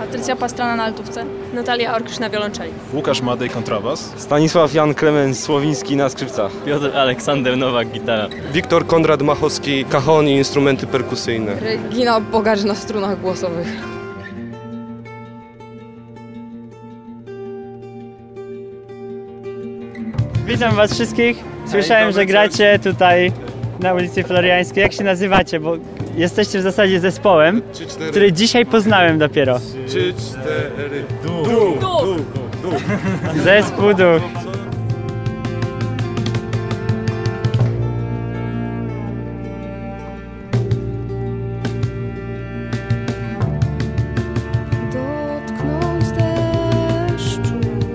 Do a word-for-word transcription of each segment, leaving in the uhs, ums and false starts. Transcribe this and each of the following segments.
Patrycja Pastrana na altówce. Natalia Orkisz na wiolonczeli. Łukasz Madej kontrabas. Stanisław Jan Klemens Słowiński na skrzypcach. Piotr Aleksander Nowak gitara. Wiktor Konrad Machowski cajon i instrumenty perkusyjne. Regina Bogacz na strunach głosowych. Witam was wszystkich. Słyszałem, że gracie tutaj na ulicy Floriańskiej. Jak się nazywacie? Bo jesteście w zasadzie zespołem, który dzisiaj poznałem dopiero. Trzy, cztery, Duch. Duch. Duch. Duch. Zespół Duch. Dotknąć deszczu,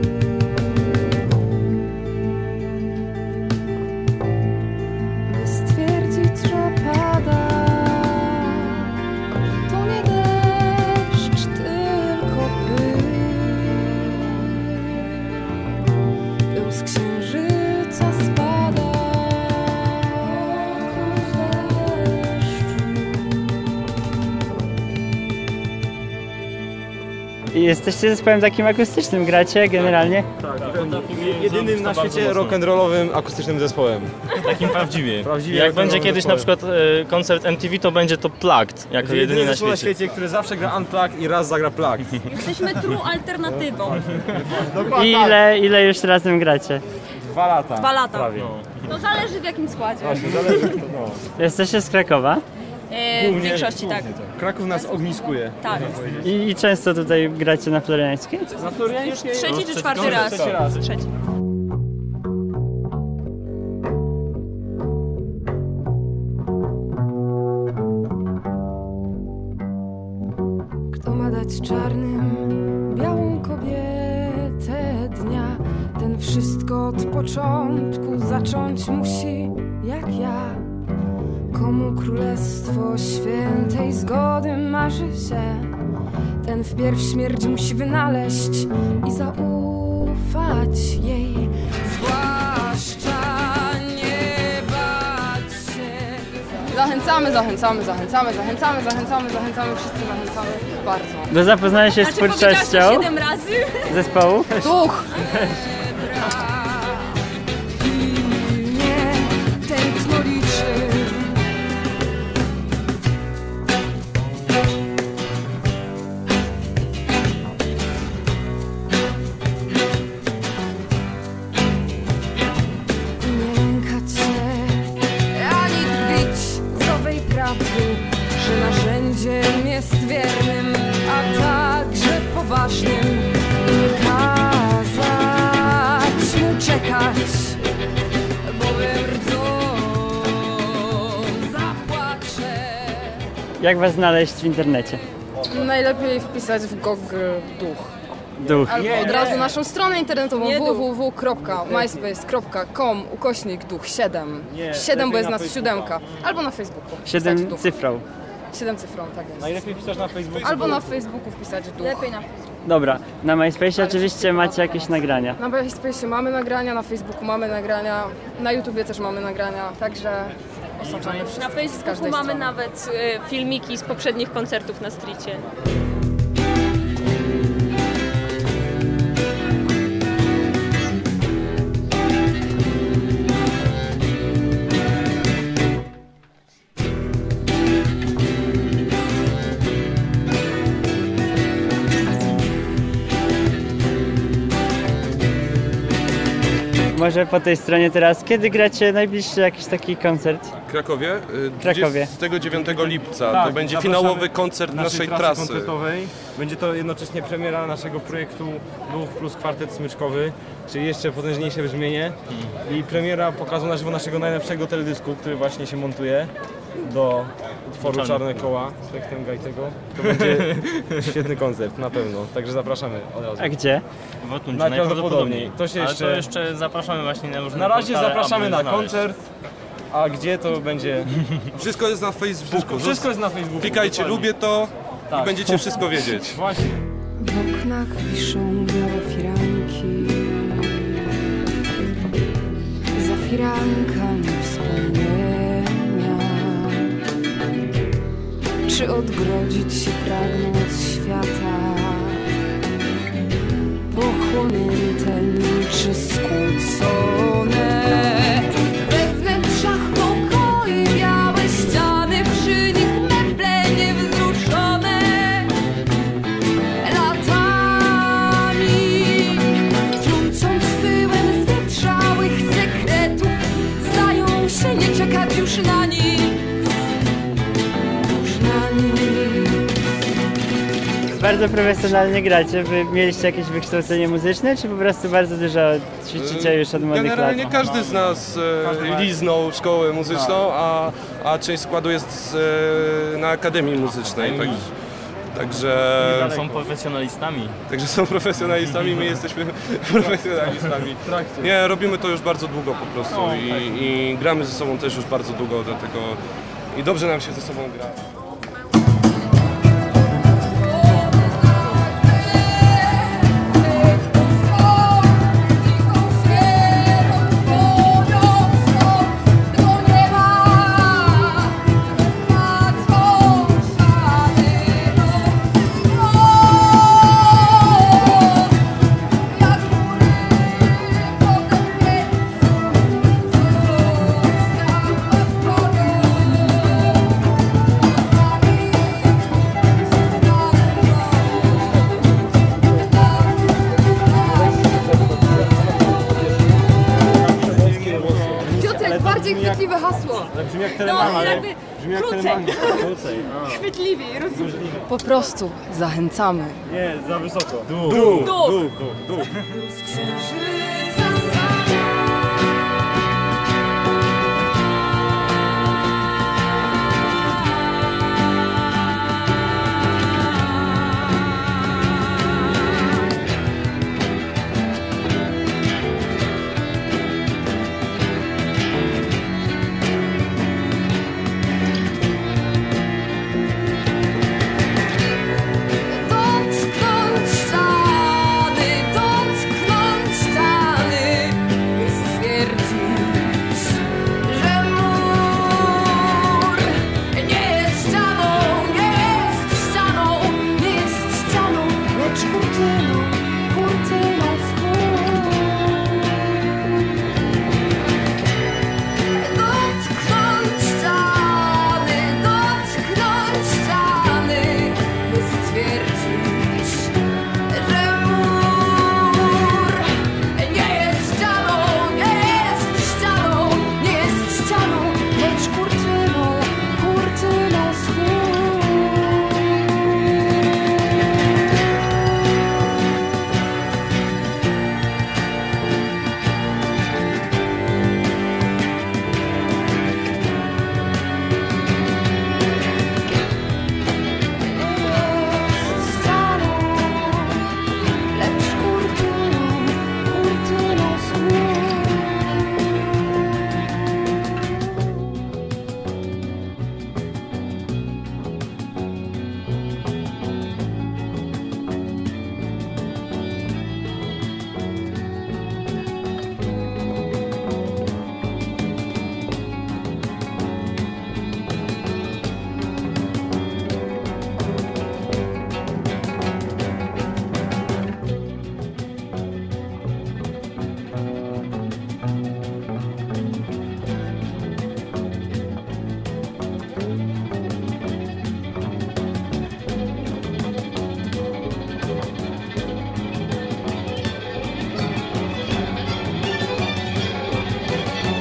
by stwierdzić, że pada. To nie deszcz, tylko pył. Pył z księżyca spada. I jesteście zespołem takim akustycznym, gracie generalnie? Jedynym na świecie rock'n'rollowym akustycznym zespołem. Takim prawdziwie. Prawdziwie Jak rock'n'rollowym będzie kiedyś zespołem. na przykład e, koncert M T V, to będzie to Plugged, jako jedyny na zespół świecie. na świecie, który zawsze gra unplugged i raz zagra plugged. Jesteśmy true alternatywą. I ile, ile już razem gracie? Dwa lata. Dwa lata. Prawie. To zależy w jakim składzie. Właśnie, zależy kto, no. Jesteście z Krakowa? E, w większości tak. Kraków nas ogniskuje. Tak. I, I często tutaj gracie na Floriańskiej? Na Floriańskiej? Trzeci czy czwarty raz? Trzeci raz. Trzeci. Kto ma dać czarnym białą kobietę dnia? Ten wszystko od początku zacząć musi, jak ja. Komu królestwo świętej zgody marzy się, ten wpierw śmierć musi wynaleźć i zaufać jej. Zwłaszcza nie bać się. Zachęcamy, zachęcamy, zachęcamy, zachęcamy, zachęcamy, zachęcamy, wszyscy zachęcamy bardzo. Do zapoznania się z Znaczy, powiedziałaś to twórczością siedem razy? zespołu? Duch! Pilnie tętno liczy. Nie lękać się, ani drwić z owej prawdy, że narzędziem jest wiernym, a także poważnym. Nie kazać mu czekać, bowiem rdzą zapłacze. Jak was znaleźć w internecie? Najlepiej wpisać w Google Duch. Duch. Albo od razu naszą stronę internetową Nie w w w kropka myspace kropka com ukośnik duch siedem. siedem, bo jest nas siódemka. Albo na Facebooku. Siedem wpisać duch. cyfrą. siedem cyfrą, tak jest. Najlepiej pisać na Facebooku. Albo na Facebooku wpisać duch. Lepiej na Facebooku. Dobra, na MySpace oczywiście macie jakieś nagrania. Na MySpace mamy nagrania, na Facebooku mamy nagrania, na YouTubie też mamy nagrania, także osaczamy wszystko. Na z Facebooku każdej mamy strony. nawet e, filmiki z poprzednich koncertów na Stricie. Może po tej stronie teraz, kiedy gracie najbliższy jakiś taki koncert? W Krakowie? y, Krakowie. dwudziestego dziewiątego lipca. Tak, to będzie zapraszamy finałowy koncert naszej trasy. koncertowej. Będzie to jednocześnie premiera naszego projektu Duch plus kwartet smyczkowy, czyli jeszcze potężniejsze brzmienie i premiera pokazu na żywo naszego najlepszego teledysku, który właśnie się montuje do utworu Czarne Koła z tektem Gajtego. To będzie świetny koncert, na pewno, także zapraszamy od razu. A gdzie? W Otuncie Najprawdopodobniej. To się Ale jeszcze... to jeszcze zapraszamy właśnie na różne Na razie portale, zapraszamy aby na znaleźć. koncert, a gdzie to będzie... Wszystko jest na Facebooku. Wszystko jest na Facebooku. Klikajcie, dokładnie. lubię to Tak. i będziecie wszystko wiedzieć. Właśnie. W oknach wiszą białe firanki, za firankami wspomnienia. Czy odgrodzić się pragną od świata? pochłonięte niczy skłócone. We wnętrzach pokoi białe ściany, przy nich meble niewzruszone. Latami trącąc pyłem zwietrzałych sekretów, zdają się nie czekać już na nic, już na nic. Bardzo profesjonalnie gracie. Wy mieliście jakieś wykształcenie muzyczne, czy po prostu bardzo dużo ćwiczycie już od młodych lat? Generalnie każdy z nas e, liznął szkołę muzyczną, a, a część składu jest e, na Akademii Muzycznej. Tak, także, Są profesjonalistami. także są profesjonalistami, my jesteśmy profesjonalistami. Nie, robimy to już bardzo długo po prostu i, i gramy ze sobą też już bardzo długo, dlatego i dobrze nam się ze sobą gra. Piotrek, bardziej chwytliwe hasło. Brzmi jak No, telemania. jakby Brzmi jak krócej, telemania. chwytliwiej, rozumiem. Po prostu zachęcamy. Nie, za wysoko. Dół, Dół. dół, dół, dół. Z księżyca sama. Dotknąć ściany, dotknąć ściany, by stwierdzić, że mur nie jest ścianą, nie jest ścianą, nie jest ścianą, lecz kurtyną, kurtyną z chmur. Dotknąć ściany, dotknąć ściany, by stwierdzić, że mur nie jest ścianą, nie jest ścianą, nie jest ścianą, lecz kurtyną, kurtyną z chmur. Jest ścianą, lecz kurtyną, kurtyną z chmur.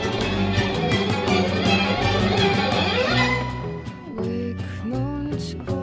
Łyknąć